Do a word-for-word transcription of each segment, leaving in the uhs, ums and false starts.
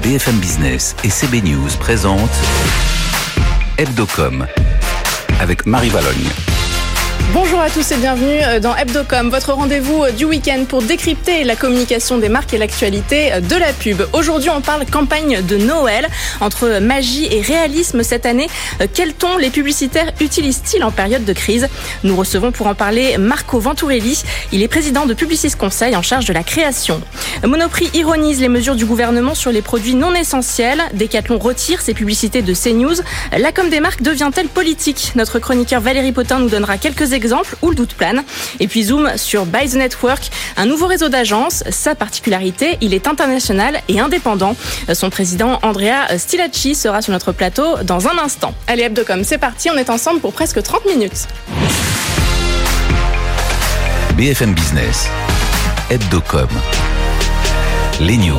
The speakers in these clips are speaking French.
B F M Business et C B News présentent Hebdocom avec Marie Valogne. Bonjour à tous et bienvenue dans Hebdocom, votre rendez-vous du week-end pour décrypter la communication des marques et l'actualité de la pub. Aujourd'hui, on parle campagne de Noël. Entre magie et réalisme cette année, quel ton les publicitaires utilisent-ils en période de crise ? Nous recevons pour en parler Marco Venturelli. Il est président de Publicis Conseil en charge de la création. Monoprix ironise les mesures du gouvernement sur les produits non essentiels. Decathlon retire ses publicités de CNews. La com des marques devient-elle politique ? Notre chroniqueur Valérie Potin nous donnera quelques exemples où le doute plane. Et puis zoom sur Buy the Network, un nouveau réseau d'agences. Sa particularité, il est international et indépendant. Son président Andrea Stilacci sera sur notre plateau dans un instant. Allez Hebdocom, c'est parti, on est ensemble pour presque trente minutes. B F M Business, Hebdocom, les news.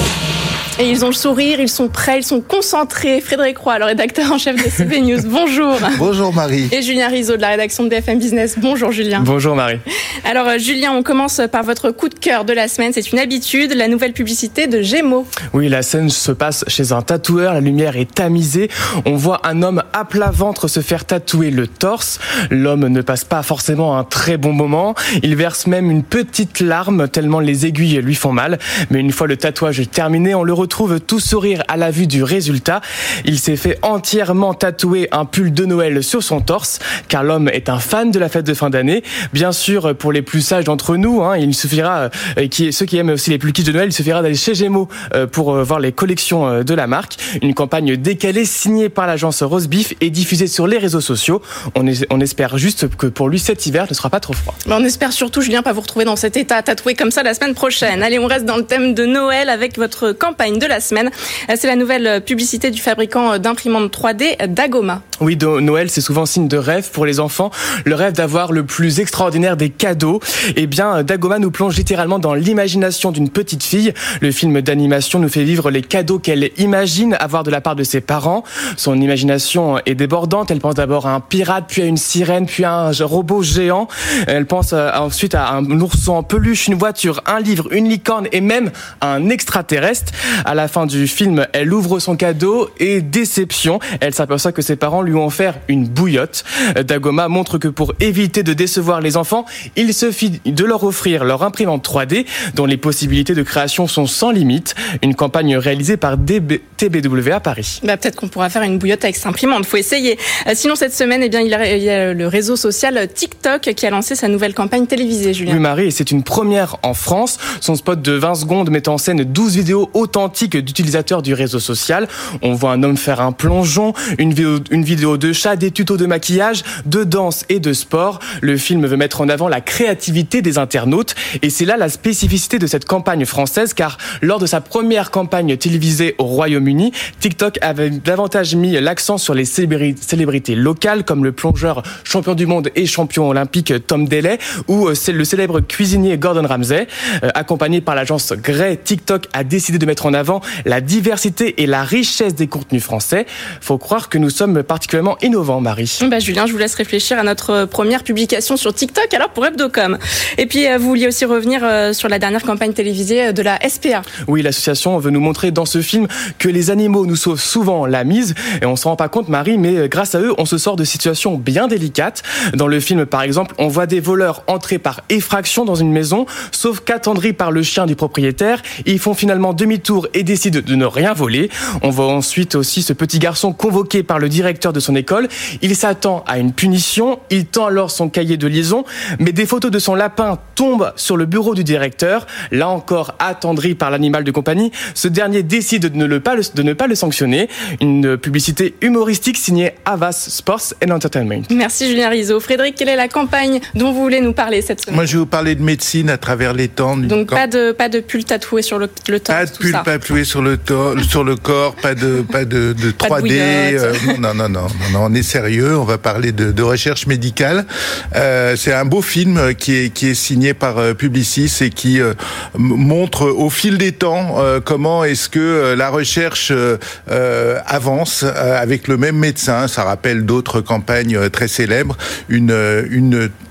Et ils ont le sourire, ils sont prêts, ils sont concentrés. Frédéric Roy, le rédacteur en chef de C B News, bonjour. Bonjour Marie. Et Julien Rizzo de la rédaction de B F M Business, bonjour Julien. Bonjour Marie. Alors Julien, on commence par votre coup de cœur de la semaine, c'est une habitude, la nouvelle publicité de Gémeaux. Oui, la scène se passe chez un tatoueur, la lumière est tamisée. On voit un homme à plat ventre se faire tatouer le torse. L'homme ne passe pas forcément un très bon moment. Il verse même une petite larme tellement les aiguilles lui font mal. Mais une fois le tatouage terminé, on le retrouve trouve tout sourire à la vue du résultat. Il s'est fait entièrement tatouer un pull de Noël sur son torse, car l'homme est un fan de la fête de fin d'année. Bien sûr, pour les plus sages d'entre nous, hein, il suffira, euh, qui, ceux qui aiment aussi les plus kitsch de Noël, il suffira d'aller chez Gémeaux euh, pour euh, voir les collections euh, de la marque. Une campagne décalée signée par l'agence Rosebeef et diffusée sur les réseaux sociaux. On, est, on espère juste que pour lui, cet hiver ne sera pas trop froid. On espère surtout, Julien, pas vous retrouver dans cet état tatoué comme ça la semaine prochaine. Allez, on reste dans le thème de Noël avec votre campagne de la semaine. C'est la nouvelle publicité du fabricant d'imprimantes trois D, Dagoma. Oui, Noël, c'est souvent signe de rêve pour les enfants. Le rêve d'avoir le plus extraordinaire des cadeaux. Eh bien, Dagoma nous plonge littéralement dans l'imagination d'une petite fille. Le film d'animation nous fait vivre les cadeaux qu'elle imagine avoir de la part de ses parents. Son imagination est débordante. Elle pense d'abord à un pirate, puis à une sirène, puis à un robot géant. Elle pense ensuite à un ourson en peluche, une voiture, un livre, une licorne et même un extraterrestre. À la fin du film, elle ouvre son cadeau et déception, elle s'aperçoit que ses parents lui ont offert une bouillotte. Dagoma montre que pour éviter de décevoir les enfants, il suffit de leur offrir leur imprimante trois D dont les possibilités de création sont sans limite. Une campagne réalisée par T B W à Paris. Bah, peut-être qu'on pourra faire une bouillotte avec cette imprimante, faut essayer. Euh, sinon cette semaine, eh bien, il y a le réseau social TikTok qui a lancé sa nouvelle campagne télévisée, Julien. Oui Marie, et c'est une première en France. Son spot de vingt secondes met en scène douze vidéos authentiques d'utilisateurs du réseau social. On voit un homme faire un plongeon, une vidéo, une vidéo de chat, des tutos de maquillage, de danse et de sport. Le film veut mettre en avant la créativité des internautes et c'est là la spécificité de cette campagne française car lors de sa première campagne télévisée au Royaume-Uni, TikTok avait davantage mis l'accent sur les célébrités locales comme le plongeur champion du monde et champion olympique Tom Daley ou le célèbre cuisinier Gordon Ramsay. Accompagné par l'agence Grey, TikTok a décidé de mettre en avant la diversité et la richesse des contenus français. Faut croire que nous sommes particulièrement innovants, Marie. Bah Julien, je vous laisse réfléchir à notre première publication sur TikTok, alors pour Hebdocom. Et puis, vous vouliez aussi revenir sur la dernière campagne télévisée de la S P A. Oui, l'association veut nous montrer dans ce film que les animaux nous sauvent souvent la mise. Et on ne se rend pas compte, Marie, mais grâce à eux, on se sort de situations bien délicates. Dans le film, par exemple, on voit des voleurs entrer par effraction dans une maison, sauf qu'attendris par le chien du propriétaire, ils font finalement demi-tour et décident de ne rien voler. On voit ensuite aussi ce petit garçon convoqué par le directeur de son école. Il s'attend à une punition, il tend alors son cahier de liaison, mais des photos de son lapin tombent sur le bureau du directeur. Là encore, attendri par l'animal de compagnie, ce dernier décide de ne, le pas, le, de ne pas le sanctionner. Une publicité humoristique signée Havas Sports and Entertainment. Merci Julien Rizzo. Frédéric, quelle est la campagne dont vous voulez nous parler cette semaine ? Moi, je vais vous parler de médecine à travers les temps. Donc, pas de, pas de pull tatoué sur le, le torse. Pas de pull tatoué sur le, to- sur le corps, pas de, pas de, de trois D. Euh, non, non, non, non, non, on est sérieux. On va parler de, de recherche médicale. Euh, c'est un beau film qui est, qui est signé par euh, Publicis et qui euh, montre au fil des temps euh, comment est-ce que euh, la recherche euh, euh, avance euh, avec le même médecin. Ça rappelle d'autres campagnes euh, très célèbres. Une, une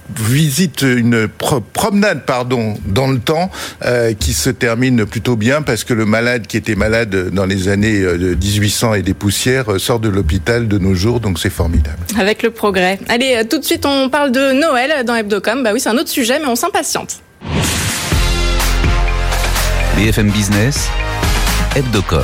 visite, une pro- promenade, pardon, dans le temps, euh, qui se termine plutôt bien parce que le malade qui était malade dans les années dix-huit cents et des poussières sort de l'hôpital de nos jours, donc c'est formidable. Avec le progrès. Allez, tout de suite, on parle de Noël dans Hebdocom. Bah oui, c'est un autre sujet, mais on s'impatiente. B F M Business, Hebdocom.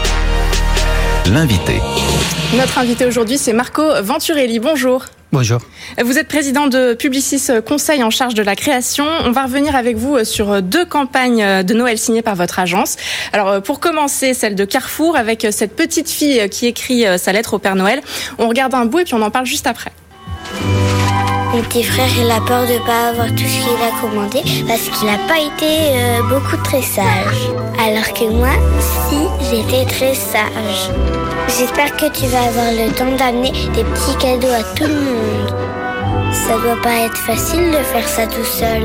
L'invité. Notre invité aujourd'hui, c'est Marco Venturelli. Bonjour. Bonjour. Vous êtes président de Publicis Conseil en charge de la création. On va revenir avec vous sur deux campagnes de Noël signées par votre agence. Alors, pour commencer, celle de Carrefour avec cette petite fille qui écrit sa lettre au Père Noël. On regarde un bout et puis on en parle juste après. Mon petit frère, il a peur de ne pas avoir tout ce qu'il a commandé parce qu'il n'a pas été euh, beaucoup très sage. Alors que moi, si, j'étais très sage. J'espère que tu vas avoir le temps d'amener des petits cadeaux à tout le monde. Ça doit pas être facile de faire ça tout seul.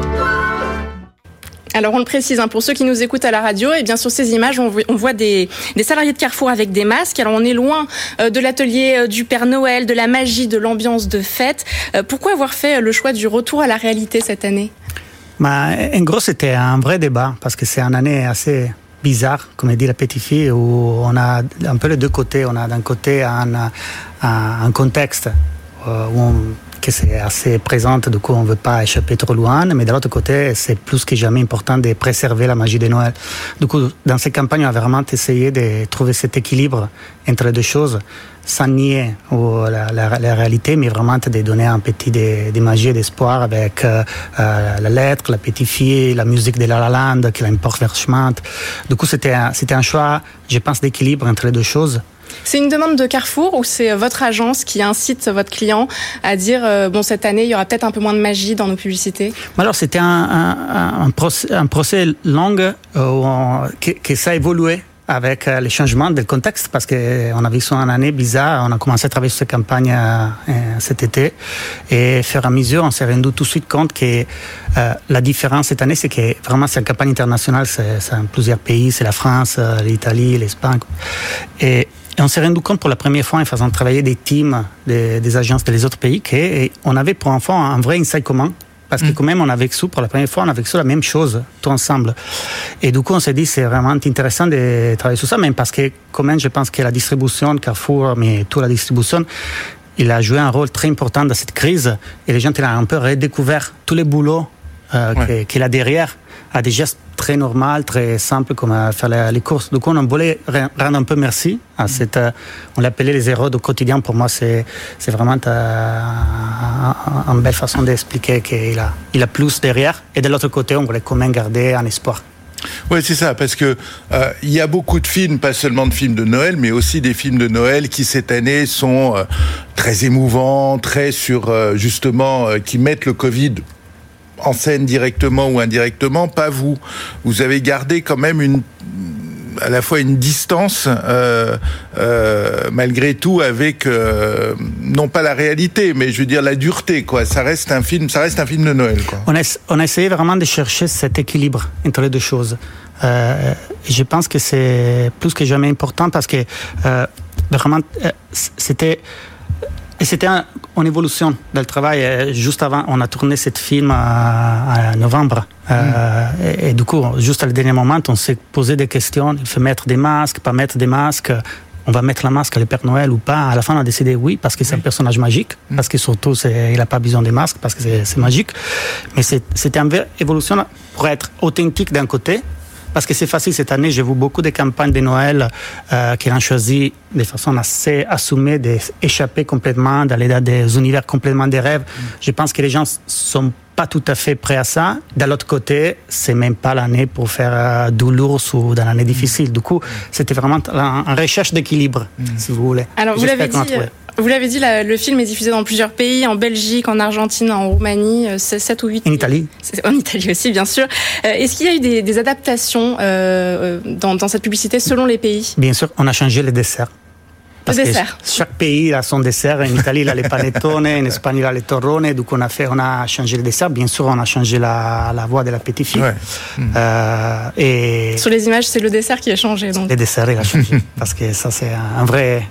Alors on le précise, hein, pour ceux qui nous écoutent à la radio, et bien sur ces images, on voit, on voit des, des salariés de Carrefour avec des masques. Alors on est loin euh, de l'atelier euh, du Père Noël, de la magie, de l'ambiance de fête. Euh, pourquoi avoir fait le choix du retour à la réalité cette année ? Bah, en gros, c'était un vrai débat parce que c'est une année assez bizarre, comme dit la petite fille, où on a un peu les deux côtés. On a d'un côté un, un, un contexte euh, où on que c'est assez présente, du coup on ne veut pas échapper trop loin, mais de l'autre côté, c'est plus que jamais important de préserver la magie de Noël. Du coup, dans ces campagnes, on a vraiment essayé de trouver cet équilibre entre les deux choses, sans nier la, la, la réalité, mais vraiment de donner un petit de, de magie et d'espoir avec euh, la lettre, la petite fille, la musique de La La Land qui l'emporte vers chemin. Du coup, c'était un, c'était un choix, je pense, d'équilibre entre les deux choses. C'est une demande de Carrefour ou c'est votre agence qui incite votre client à dire euh, bon, cette année, il y aura peut-être un peu moins de magie dans nos publicités ? Alors, c'était un, un, un, procès, un procès long euh, où on, que, que ça a évolué avec euh, les changements du contexte parce qu'on a vécu une année bizarre. On a commencé à travailler sur cette campagne euh, cet été et, au fur et à mesure, on s'est rendu tout de suite compte que euh, la différence cette année, c'est que vraiment c'est une campagne internationale. C'est, c'est plusieurs pays, c'est la France, euh, l'Italie, l'Espagne. Et Et on s'est rendu compte pour la première fois en faisant travailler des teams des, des agences des autres pays qu'on avait pour enfants un vrai insight commun. Parce que quand même, on a vécu pour la première fois, on a vécu la même chose, tout ensemble. Et du coup, on s'est dit, c'est vraiment intéressant de travailler sur ça, même parce que quand même, je pense que la distribution, Carrefour, mais toute la distribution, il a joué un rôle très important dans cette crise. Et les gens, ils ont un peu redécouvert tous les boulots euh, ouais. qu'il a derrière, à des gestes très normaux, très simples, comme faire les courses. Du coup, on voulait rendre un peu merci à cette, on l'appelait les héros du quotidien. Pour moi, c'est, c'est vraiment une belle façon d'expliquer qu'il a, il a plus derrière. Et de l'autre côté, on voulait quand même garder un espoir. Oui, c'est ça, parce que euh, il y a beaucoup de films, pas seulement de films de Noël, mais aussi des films de Noël qui cette année sont euh, très émouvants, très sur euh, justement euh, qui mettent le Covid en scène directement ou indirectement. Pas vous. Vous avez gardé quand même une à la fois une distance euh, euh, malgré tout avec euh, non pas la réalité, mais je veux dire la dureté, quoi. Ça reste un film, ça reste un film de Noël, quoi. On a, on a essayé vraiment de chercher cet équilibre entre les deux choses. Euh, je pense que c'est plus que jamais important parce que euh, vraiment euh, c'était Et c'était un, en évolution dans le travail. Juste avant, on a tourné ce film à, à novembre. Mmh. Euh, et, et du coup, juste à le dernier moment, on s'est posé des questions. Il faut mettre des masques, pas mettre des masques. On va mettre la masque à le Père Noël ou pas. À la fin, on a décidé oui, parce que c'est oui. un personnage magique. Mmh. Parce que surtout, c'est, il n'a pas besoin des masques, parce que c'est, c'est magique. Mais c'est, c'était une vraie évolution pour être authentique d'un côté. Parce que c'est facile cette année, j'ai vu beaucoup de campagnes de Noël euh, qui ont choisi de façon assez assumée d'échapper complètement, d'aller dans des univers complètement des rêves. Mm. Je pense que les gens sont pas tout à fait prêts à ça. De l'autre côté, c'est même pas l'année pour faire euh, de l'ours ou dans l'année difficile. Du coup, c'était vraiment une recherche d'équilibre, mm. si vous voulez. Alors, vous l'avez dit... Vous l'avez dit, la, le film est diffusé dans plusieurs pays, en Belgique, en Argentine, en Roumanie, c'est sept ou huit. En Italie. C'est, en Italie aussi, bien sûr. Euh, est-ce qu'il y a eu des, des adaptations euh, dans, dans cette publicité selon les pays ? Bien sûr, on a changé les desserts. Parce le dessert. Chaque pays a son dessert. En Italie, il a les panettone, en Espagne, il a les torrone. Donc, on a, fait, on a changé le dessert. Bien sûr, on a changé la, la voix de la petite fille. Ouais. Mmh. Euh, et sur les images, c'est le dessert qui a changé. Donc. Le dessert, il a changé. Parce que ça, c'est un vrai...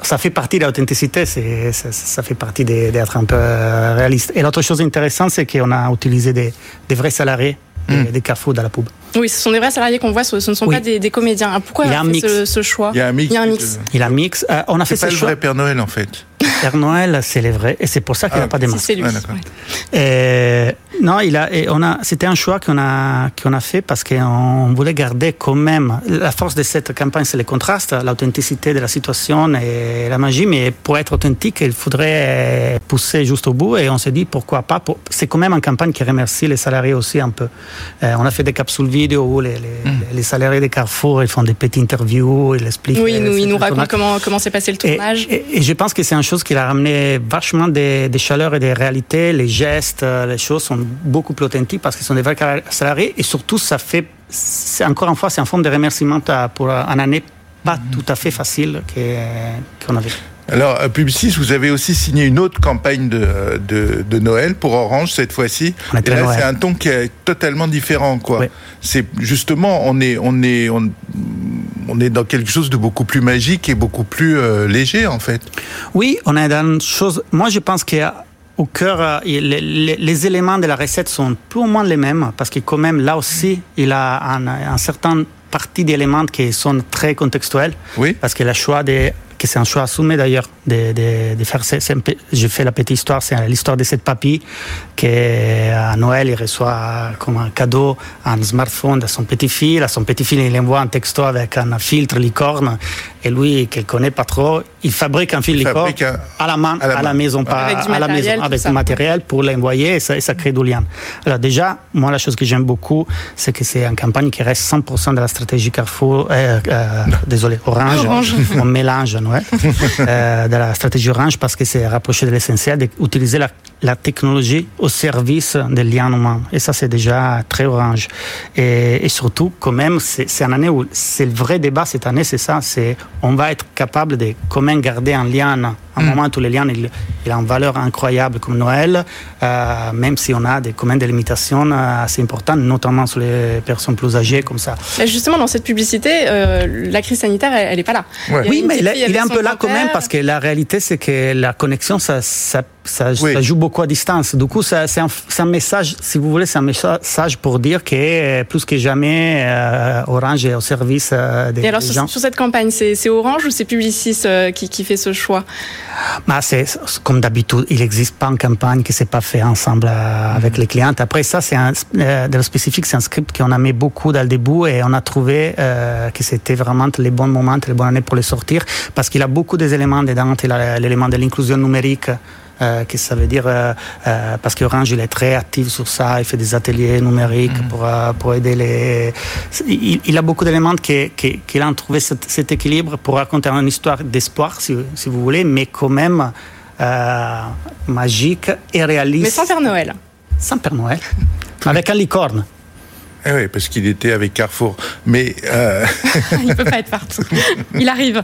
ça fait partie de l'authenticité, c'est, ça, ça fait partie de, d'être un peu réaliste. Et l'autre chose intéressante, c'est qu'on a utilisé des, des vrais salariés mmh. des Carrefour dans la pub. Oui, ce sont des vrais salariés qu'on voit, ce ne sont oui. pas des, des comédiens. Pourquoi il on a fait ce, ce choix? Il y a un mix. Il y a un mix. Il y a un mix. Euh, on a c'est fait pas ce le choix. vrai Père Noël, en fait. Père Noël, c'est le vrai, et c'est pour ça qu'il n'y a ah, pas de masque. C'est lui. Ah, et, non, il a, et on a, c'était un choix qu'on a, qu'on a fait parce qu'on voulait garder quand même la force de cette campagne, c'est le contraste, l'authenticité de la situation et la magie. Mais pour être authentique, il faudrait pousser juste au bout. Et on s'est dit pourquoi pas. Pour, c'est quand même une campagne qui remercie les salariés aussi un peu. Euh, on a fait des capsules vidéo où les, les, mmh. les salariés de Carrefour ils font des petites interviews, ils expliquent. Oui, nous, ils nous racontent comment comment s'est passé le tournage. Et, et, et je pense que c'est une chose qui a ramené vachement des, des chaleurs et des réalités. Les gestes, les choses sont beaucoup plus authentiques parce qu'ils sont des vrais salariés et surtout ça fait, c'est, encore une fois, c'est une forme de remerciement pour une année pas mmh. tout à fait facile qu'on avait. Alors, à Publicis, vous avez aussi signé une autre campagne de, de, de Noël pour Orange cette fois-ci. Et là, Noël. C'est un ton qui est totalement différent, quoi. Oui. C'est justement, on est, on est, on, on est dans quelque chose de beaucoup plus magique et beaucoup plus euh, léger, en fait. Oui, on est dans une chose. Moi, je pense qu'il y a au cœur, les, les, les éléments de la recette sont plus ou moins les mêmes, parce que quand même, là aussi, il a un, un certain partie d'éléments qui sont très contextuels. Oui. Parce que le choix de que c'est un choix assumé d'ailleurs de, de, de faire. J'ai fait la petite histoire, c'est l'histoire de cette papy qui à Noël il reçoit comme un cadeau un smartphone de son petit-fils. À son petit-fils il envoie un texto avec un filtre licorne et lui qu'il connaît pas trop, il fabrique un fil licorne un... à la main, à la, à la maison, pas avec à la maison, avec du matériel pour l'envoyer et ça, et ça crée du lien. Alors déjà, moi la chose que j'aime beaucoup, c'est que c'est une campagne qui reste cent pour cent de la stratégie Carrefour, euh, euh, désolé, Orange, Orange. on mélange. Ouais. euh, de la stratégie Orange parce que c'est rapproché de l'essentiel d'utiliser la, la technologie au service des liens humains et ça c'est déjà très Orange et, et surtout quand même c'est, c'est une année où c'est le vrai débat cette année, c'est ça, c'est on va être capable de quand même garder un lien un mmh. moment où les liens il, il a une valeur incroyable comme Noël, euh, même si on a des, quand même des limitations assez importantes, notamment sur les personnes plus âgées comme ça. Mais justement dans cette publicité euh, la crise sanitaire elle n'est pas là. Ouais. Oui mais il est, il est un peu là quand même parce que la réalité c'est que la connexion ça, ça, ça, oui. ça joue beaucoup à distance. Du coup ça, c'est, un, c'est un message, si vous voulez, c'est un message pour dire que plus que jamais euh, Orange est au service euh, des, Et alors des sur, gens. Sur cette campagne, c'est, c'est Orange ou c'est Publicis euh, qui, qui fait ce choix? Bah, c'est comme d'habitude, il n'existe pas une campagne qui ne s'est pas fait ensemble euh, avec mmh. les clients. Après ça, c'est un, euh, de le spécifique, c'est un script qu'on a mis beaucoup dans le début et on a trouvé euh, que c'était vraiment les bons moments, les bonnes années pour les sortir parce qu'il a beaucoup d'éléments dedans. Il a l'élément de l'inclusion numérique. Euh, que ça veut dire euh, euh, parce qu'Orange il est très actif sur ça, il fait des ateliers numériques mmh. pour, euh, pour aider les. Il, il a beaucoup d'éléments qui, qui, qu'il a trouvé cet, cet équilibre pour raconter une histoire d'espoir, si, si vous voulez, mais quand même euh, magique et réaliste. Mais sans Père Noël. Sans Père Noël, avec un licorne. Eh oui, parce qu'il était avec Carrefour. Mais euh... il ne peut pas être partout. Il arrive.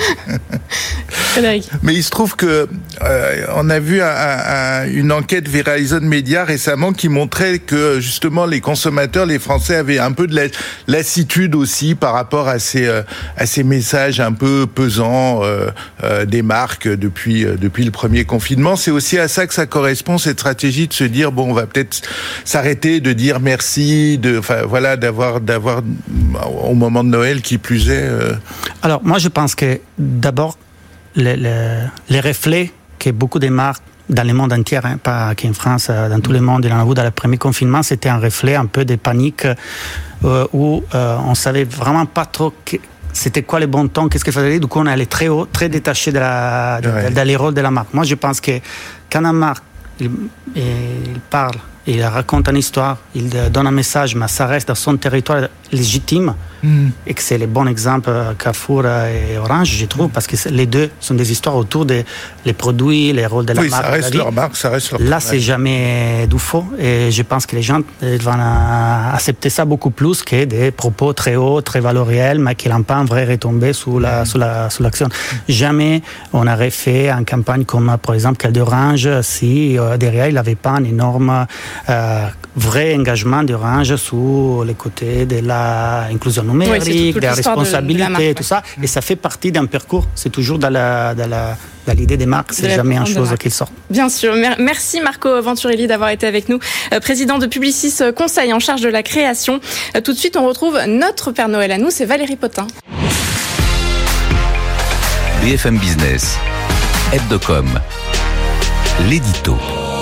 Frédéric. Mais il se trouve que euh, on a vu un, un, une enquête Verizon Media récemment qui montrait que justement les consommateurs, les Français avaient un peu de la, lassitude aussi par rapport à ces euh, à ces messages un peu pesants euh, euh, des marques depuis euh, depuis le premier confinement. C'est aussi à ça que ça correspond, cette stratégie de se dire bon, on va peut-être s'arrêter de dire merci, de enfin voilà, d'avoir d'avoir au moment de Noël qui plus est. Euh... Alors moi je pense que d'abord les, les, les reflets que beaucoup de marques dans le monde entier, hein, pas qu'en France, dans tout le monde, il en a vu dans le premier confinement, c'était un reflet un peu de panique euh, où euh, on savait vraiment pas trop que, c'était quoi le bon temps, qu'est-ce qu'il fallait. Du coup on allait très haut, très détaché de la, de, ouais. de, de les rôles de la marque. Moi je pense que quand une marque il, il parle, il raconte une histoire, il donne un message, mais ça reste dans son territoire légitime, mm. et que c'est le bon exemple Carrefour et Orange, je trouve, parce que les deux sont des histoires autour des les produits, les rôles de la oui, marque. Oui, ça reste leur marque, ça reste leur Là, marque. c'est jamais du faux, et je pense que les gens vont accepter ça beaucoup plus que des propos très hauts, très valoriels, mais qui n'ont pas un vrai retombé sous, la, mm. sous, la, sous l'action. Mm. Jamais on aurait fait une campagne comme, par exemple, celle d'Orange, si euh, derrière, il n'avait pas un énorme euh, vrai engagement d'Orange sur les côtés de l'inclusion numérique, oui, de la responsabilité, de, de la marque, et tout ça. Et ça fait partie d'un parcours. C'est toujours dans, la, dans, la, dans l'idée des marques. C'est jamais une chose qui sort. Bien sûr. Merci Marco Venturelli d'avoir été avec nous, président de Publicis Conseil en charge de la création. Tout de suite, on retrouve notre Père Noël à nous, c'est Valérie Potin. B F M Business, Hebdocom, l'édito.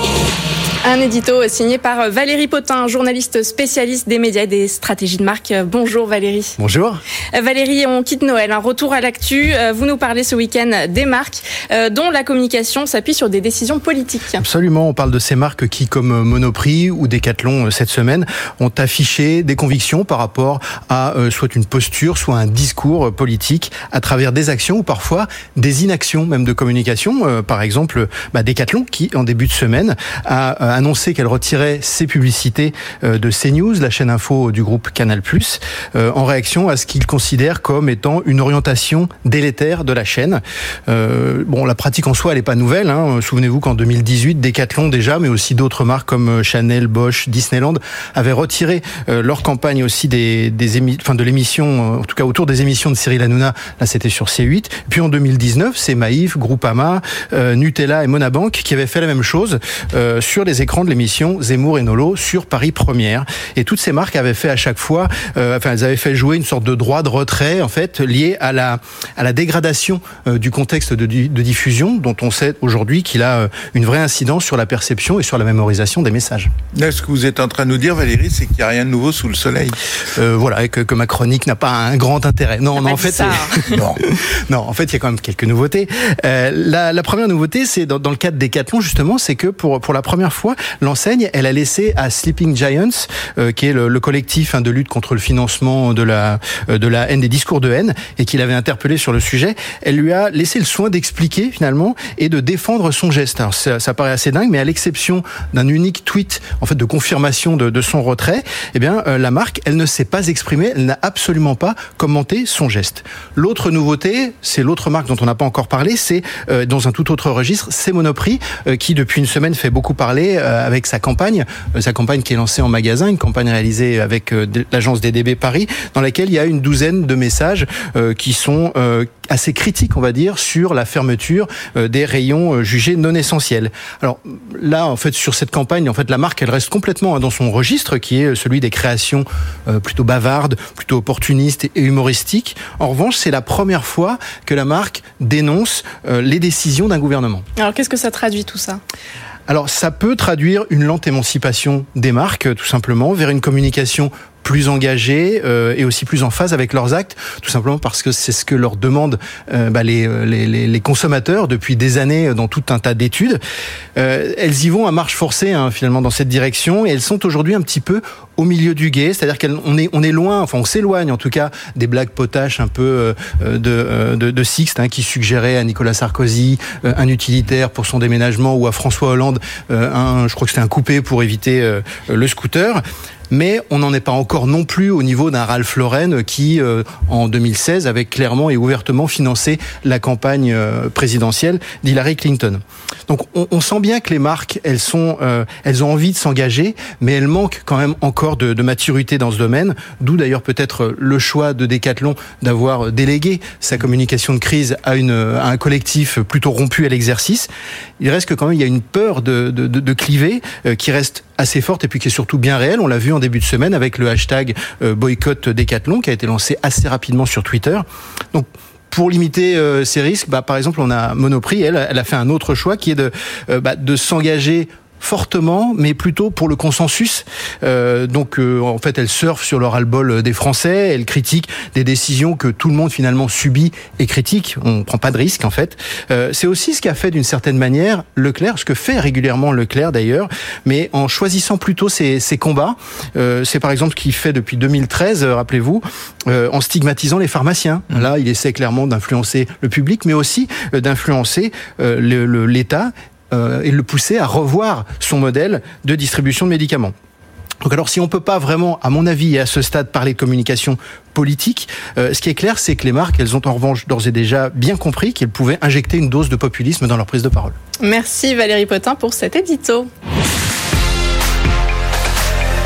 Un édito signé par Valérie Potin, journaliste spécialiste des médias et des stratégies de marque. Bonjour Valérie. Bonjour. Valérie, on quitte Noël. Un retour à l'actu. Vous nous parlez ce week-end des marques dont la communication s'appuie sur des décisions politiques. Absolument. On parle de ces marques qui, comme Monoprix ou Decathlon cette semaine, ont affiché des convictions par rapport à euh, soit une posture, soit un discours politique à travers des actions ou parfois des inactions même de communication. Euh, par exemple, bah, Decathlon qui, en début de semaine, a euh, annoncé qu'elle retirait ses publicités de CNews, la chaîne info du groupe Canal+, euh, en réaction à ce qu'il considère comme étant une orientation délétère de la chaîne. Euh, bon, la pratique en soi, elle n'est pas nouvelle. Hein. Souvenez-vous qu'en deux mille dix-huit, Decathlon déjà, mais aussi d'autres marques comme Chanel, Bosch, Disneyland, avaient retiré euh, leur campagne aussi des, des émi- enfin de l'émission, en tout cas autour des émissions de Cyril Hanouna. Là, c'était sur C huit. Puis en deux mille dix-neuf, c'est Maïf, Groupama, euh, Nutella et Monabank qui avaient fait la même chose euh, sur les écrans de l'émission Zemmour et Nolo sur Paris Première. Et toutes ces marques avaient fait à chaque fois, euh, enfin, elles avaient fait jouer une sorte de droit de retrait, en fait, lié à la, à la dégradation euh, du contexte de, de diffusion, dont on sait aujourd'hui qu'il a euh, une vraie incidence sur la perception et sur la mémorisation des messages. Là, ce que vous êtes en train de nous dire, Valérie, c'est qu'il n'y a rien de nouveau sous le soleil. Euh, voilà, et que, que ma chronique n'a pas un grand intérêt. Non, non, en fait, ça, hein. non. non, en fait, il y a quand même quelques nouveautés. Euh, la, la première nouveauté, c'est dans, dans le cadre des Decathlon, justement, c'est que pour, pour la première fois, l'enseigne, elle a laissé à Sleeping Giants, euh, qui est le, le collectif hein, de lutte contre le financement de la, euh, de la haine, des discours de haine, et qui l'avait interpellé sur le sujet, elle lui a laissé le soin d'expliquer finalement et de défendre son geste. Alors ça, ça paraît assez dingue, mais à l'exception d'un unique tweet, en fait, de confirmation de, de son retrait, eh bien, euh, la marque, elle ne s'est pas exprimée, elle n'a absolument pas commenté son geste. L'autre nouveauté, c'est l'autre marque dont on n'a pas encore parlé, c'est euh, dans un tout autre registre, c'est Monoprix, euh, qui depuis une semaine fait beaucoup parler euh, avec sa campagne, euh, sa campagne qui est lancée en magasin, une campagne réalisée avec euh, l'agence D D B Paris, dans laquelle il y a une douzaine de messages euh, qui sont euh, assez critiques, on va dire, sur la fermeture euh, des rayons euh, jugés non essentiels. Alors là, en fait, sur cette campagne, en fait, la marque, elle reste complètement hein, dans son registre, qui est celui des créations euh, plutôt bavardes, plutôt opportunistes et humoristiques. En revanche, c'est la première fois que la marque dénonce euh, les décisions d'un gouvernement. Alors, qu'est-ce que ça traduit tout ça ? Alors, ça peut traduire une lente émancipation des marques, tout simplement, vers une communication plus engagés euh, et aussi plus en phase avec leurs actes, tout simplement parce que c'est ce que leur demandent euh, bah, les, les, les consommateurs depuis des années dans tout un tas d'études. Euh, elles y vont à marche forcée hein, finalement dans cette direction et elles sont aujourd'hui un petit peu au milieu du gué, c'est-à-dire qu'on est, on est loin, enfin on s'éloigne en tout cas des blagues potaches un peu euh, de, de, de Sixte hein, qui suggérait à Nicolas Sarkozy euh, un utilitaire pour son déménagement ou à François Hollande euh, un, je crois que c'était un coupé pour éviter euh, le scooter. Mais on n'en est pas encore non plus au niveau d'un Ralph Lauren qui, euh, en deux mille seize, avait clairement et ouvertement financé la campagne euh, présidentielle d'Hillary Clinton. Donc on, on sent bien que les marques, elles sont, euh, elles ont envie de s'engager, mais elles manquent quand même encore de, de maturité dans ce domaine. D'où d'ailleurs peut-être le choix de Decathlon d'avoir délégué sa communication de crise à, une, à un collectif plutôt rompu à l'exercice. Il reste que quand même il y a une peur de, de, de, de cliver euh, qui reste assez forte et puis qui est surtout bien réelle. On l'a vu en début de semaine avec le hashtag euh, boycott Decathlon qui a été lancé assez rapidement sur Twitter. Donc pour limiter euh, ces risques, bah, par exemple, on a Monoprix, elle, elle a fait un autre choix qui est de, euh, bah, de s'engager fortement, mais plutôt pour le consensus. Euh, donc, euh, en fait, elle surfe sur le ras-le-bol des Français, elle critique des décisions que tout le monde finalement subit et critique. On ne prend pas de risque, en fait. Euh, c'est aussi ce qu'a fait d'une certaine manière Leclerc, ce que fait régulièrement Leclerc d'ailleurs, mais en choisissant plutôt ses, ses combats. Euh, c'est par exemple ce qu'il fait depuis deux mille treize, euh, rappelez-vous, euh, en stigmatisant les pharmaciens. Mmh. Là, il essaie clairement d'influencer le public, mais aussi euh, d'influencer euh, le, le, l'État et le pousser à revoir son modèle de distribution de médicaments. Donc alors si on peut pas vraiment, à mon avis et à ce stade, parler de communication politique, euh, ce qui est clair, c'est que les marques, elles ont en revanche d'ores et déjà bien compris qu'elles pouvaient injecter une dose de populisme dans leur prise de parole. Merci Valérie Potin pour cet édito.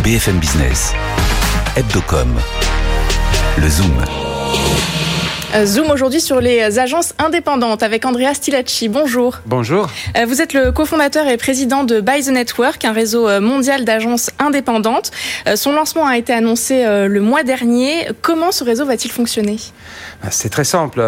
B F M Business, Hebdocom, le Zoom. Zoom aujourd'hui sur les agences indépendantes avec Andrea Stilacci. Bonjour. Bonjour. Vous êtes le cofondateur et président de By the Network, un réseau mondial d'agences indépendantes. Son lancement a été annoncé le mois dernier. Comment ce réseau va-t-il fonctionner ? C'est très simple.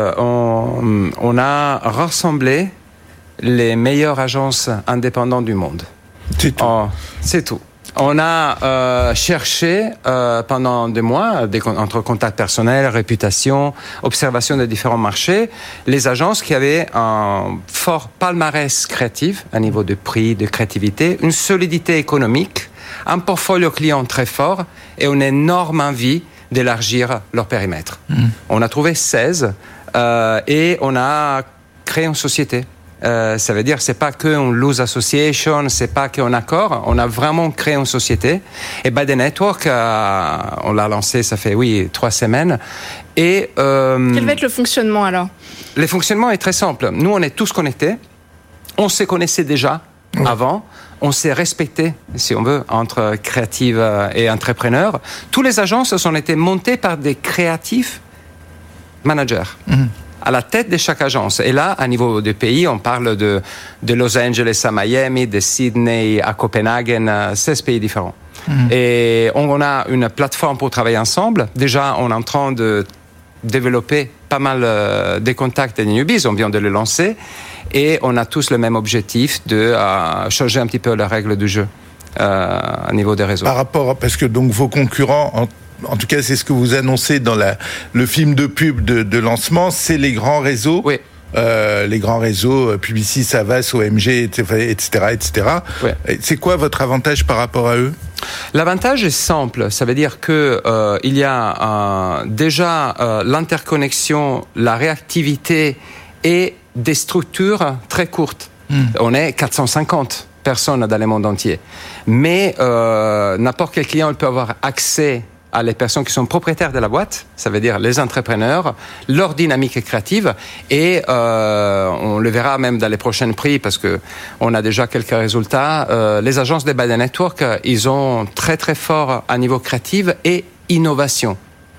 On, on a rassemblé les meilleures agences indépendantes du monde. C'est tout. Oh, c'est tout. On a euh, cherché euh, pendant des mois, des, entre contacts personnels, réputation, observation des différents marchés, les agences qui avaient un fort palmarès créatif à niveau de prix, de créativité, une solidité économique, un portfolio client très fort et une énorme envie d'élargir leur périmètre. Mmh. On a trouvé seize euh, et on a créé une société. Euh, ça veut dire c'est pas qu'un loose association, c'est pas qu'un accord. On a vraiment créé une société. Et By the Network, euh, on l'a lancé, ça fait oui trois semaines. Et euh, quel va être le fonctionnement alors ? Le fonctionnement est très simple. Nous, on est tous connectés. On se connaissait déjà oui. avant. On s'est respecté, si on veut, entre créatifs et entrepreneurs. Tous les agences ont été montées par des créatifs managers. Mmh. À la tête de chaque agence. Et là, à niveau de pays, on parle de, de Los Angeles à Miami, de Sydney à Copenhague, seize pays différents. Mmh. Et on a une plateforme pour travailler ensemble. Déjà, on est en train de développer pas mal euh, des contacts et des newbies. On vient de le lancer. Et on a tous le même objectif de euh, changer un petit peu les règles du jeu euh, à niveau des réseaux. Par rapport, parce que donc vos concurrents... En... En tout cas, c'est ce que vous annoncez dans la, le film de pub de, de lancement, c'est les grands réseaux. Oui. Euh, les grands réseaux, Publicis, Havas, O M G, et cetera, et cetera. Oui. C'est quoi votre avantage par rapport à eux ? L'avantage est simple. Ça veut dire que euh, il y a euh, déjà euh, l'interconnexion, la réactivité et des structures très courtes. Mmh. On est quatre cent cinquante personnes dans le monde entier. Mais euh, n'importe quel client peut avoir accès à les personnes qui sont propriétaires de la boîte, ça veut dire les entrepreneurs, leur dynamique créative, et euh, on le verra même dans les prochains prix parce que on a déjà quelques résultats. Euh, les agences de By the Network, ils ont très très fort à niveau créatif et innovation.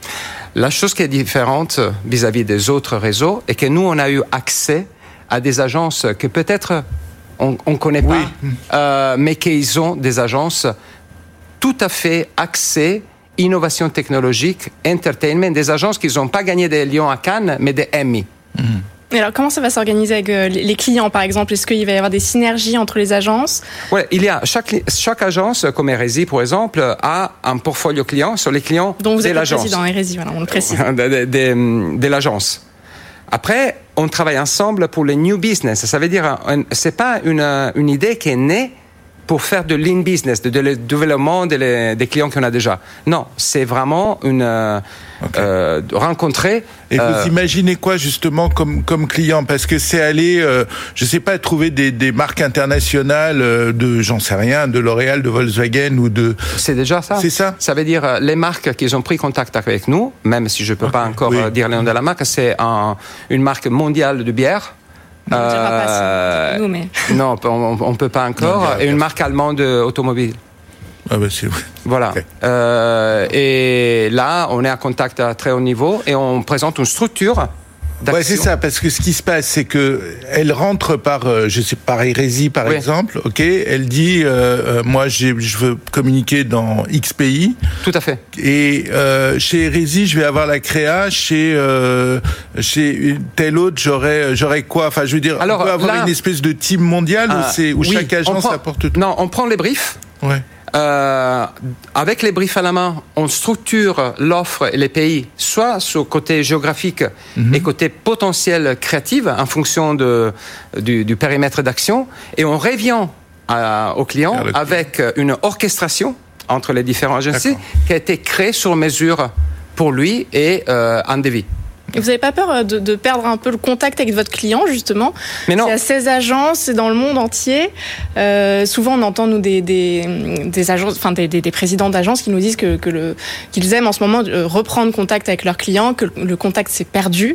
La chose qui est différente vis-à-vis des autres réseaux est que nous on a eu accès à des agences que peut-être on ne connaît pas, oui. euh, mais qu'ils ont des agences tout à fait axées innovation technologique, entertainment, des agences qui n'ont pas gagné des Lions à Cannes, mais des Emmy. Mmh. Et alors, comment ça va s'organiser avec euh, les clients, par exemple ? Est-ce qu'il va y avoir des synergies entre les agences ? Oui, il y a chaque, chaque agence, comme Erési, par exemple, a un portfolio client sur les clients dont vous de êtes l'agence. le président, Erési, voilà, on le précise. De, de, de, de l'agence. Après, on travaille ensemble pour les new business. Ça veut dire, c'est pas une, une idée qui est née pour faire de lean business, de, de le développement des, des clients qu'on a déjà. Non, c'est vraiment une euh, okay. euh, rencontrer. Et vous euh, imaginez quoi justement comme comme client ? Parce que c'est aller, euh, je sais pas, trouver des, des marques internationales euh, de, j'en sais rien, de L'Oréal, de Volkswagen ou de. C'est déjà ça. C'est ça. Ça veut dire euh, les marques qui ont pris contact avec nous, même si je peux okay. pas encore oui. dire le nom de la marque, c'est un, une marque mondiale de bière. On ne dira pas ça, nous, mais... Non, on ne peut pas encore. Non, et une marque allemande automobile. Ah bah c'est... Voilà. Okay. Euh, et là, on est en contact à très haut niveau et on présente une structure d'action. Ouais, c'est ça, parce que ce qui se passe, c'est que elle rentre par, euh, je sais, par Erési, par oui. exemple, ok. Elle dit, euh, euh, moi, j'ai, je veux communiquer dans X pays. Tout à fait. Et euh, chez Erési, je vais avoir la créa. Chez euh, chez tel autre, j'aurais j'aurais quoi ? Enfin, je veux dire, Alors, on peut avoir là, une espèce de team mondial euh, où c'est où oui, chaque agence prend, apporte tout. Non, on prend les briefs. Ouais. Euh, avec les briefs à la main, on structure l'offre et les pays, soit sur côté géographique mm-hmm. et côté potentiel créatif, en fonction de, du, du périmètre d'action, et on revient à, au client avec une orchestration entre les différents agences qui a été créée sur mesure pour lui et euh, un devis. Et vous n'avez pas peur de, de perdre un peu le contact avec votre client, justement ? Mais non. Il y a seize agences, c'est dans le monde entier. Euh, souvent, on entend, nous, des, des, des, agences, enfin, des, des, des présidents d'agences qui nous disent que, que le, qu'ils aiment en ce moment reprendre contact avec leurs clients, que le contact s'est perdu.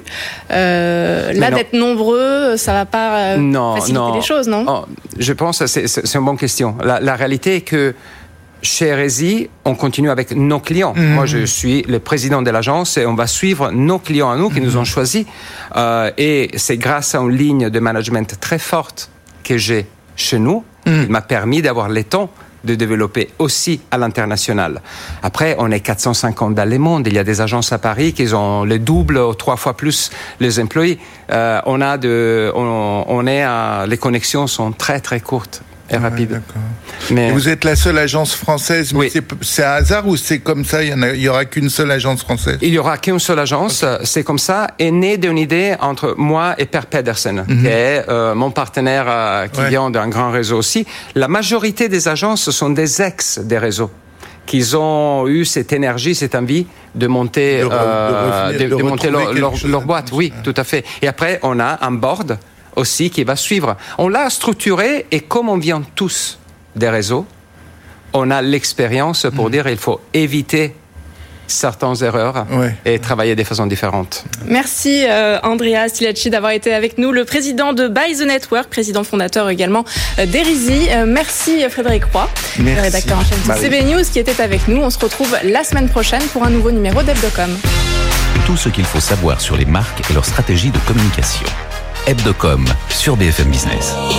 Euh, là, d'être nombreux, ça ne va pas non, faciliter non. les choses, non ? oh, Je pense que c'est, c'est une bonne question. La, la réalité est que chez Hérésie, on continue avec nos clients. Mmh. Moi, je suis le président de l'agence et on va suivre nos clients à nous qui mmh. nous ont choisis. Euh, et c'est grâce à une ligne de management très forte que j'ai chez nous. Mmh. Il m'a permis d'avoir le temps de développer aussi à l'international. Après, on est quatre cent cinquante dans le monde. Il y a des agences à Paris qui ont le double ou trois fois plus les employés. Euh, on a de, on, on est à, les connexions sont très très courtes et rapides. Ouais, mais et vous êtes la seule agence française, mais oui. c'est, c'est un hasard ou c'est comme ça, il y en a, il y aura qu'une seule agence française? Il y aura qu'une seule agence, okay. C'est comme ça, est né d'une idée entre moi et Per Pedersen, mm-hmm. qui est euh, mon partenaire euh, qui ouais. vient d'un grand réseau aussi. La majorité des agences sont des ex des réseaux, qu'ils ont eu cette énergie, cette envie de monter, de, euh, de, de, de, de monter leur, leur, leur boîte. Oui, ouais. tout à fait. Et après, on a un board aussi qui va suivre. On l'a structuré et comme on vient tous des réseaux, on a l'expérience pour mmh. dire qu'il faut éviter certaines erreurs ouais. et travailler de façon différente. Merci euh, Andrea Stilacci d'avoir été avec nous, le président de Buy the Network, président fondateur également euh, d'Hérésie. Euh, merci Frédéric Roy, merci. Le rédacteur en chef de C B News qui était avec nous. On se retrouve la semaine prochaine pour un nouveau numéro d'Hebdocom. Tout ce qu'il faut savoir sur les marques et leur stratégie de communication. Hebdocom sur B F M Business.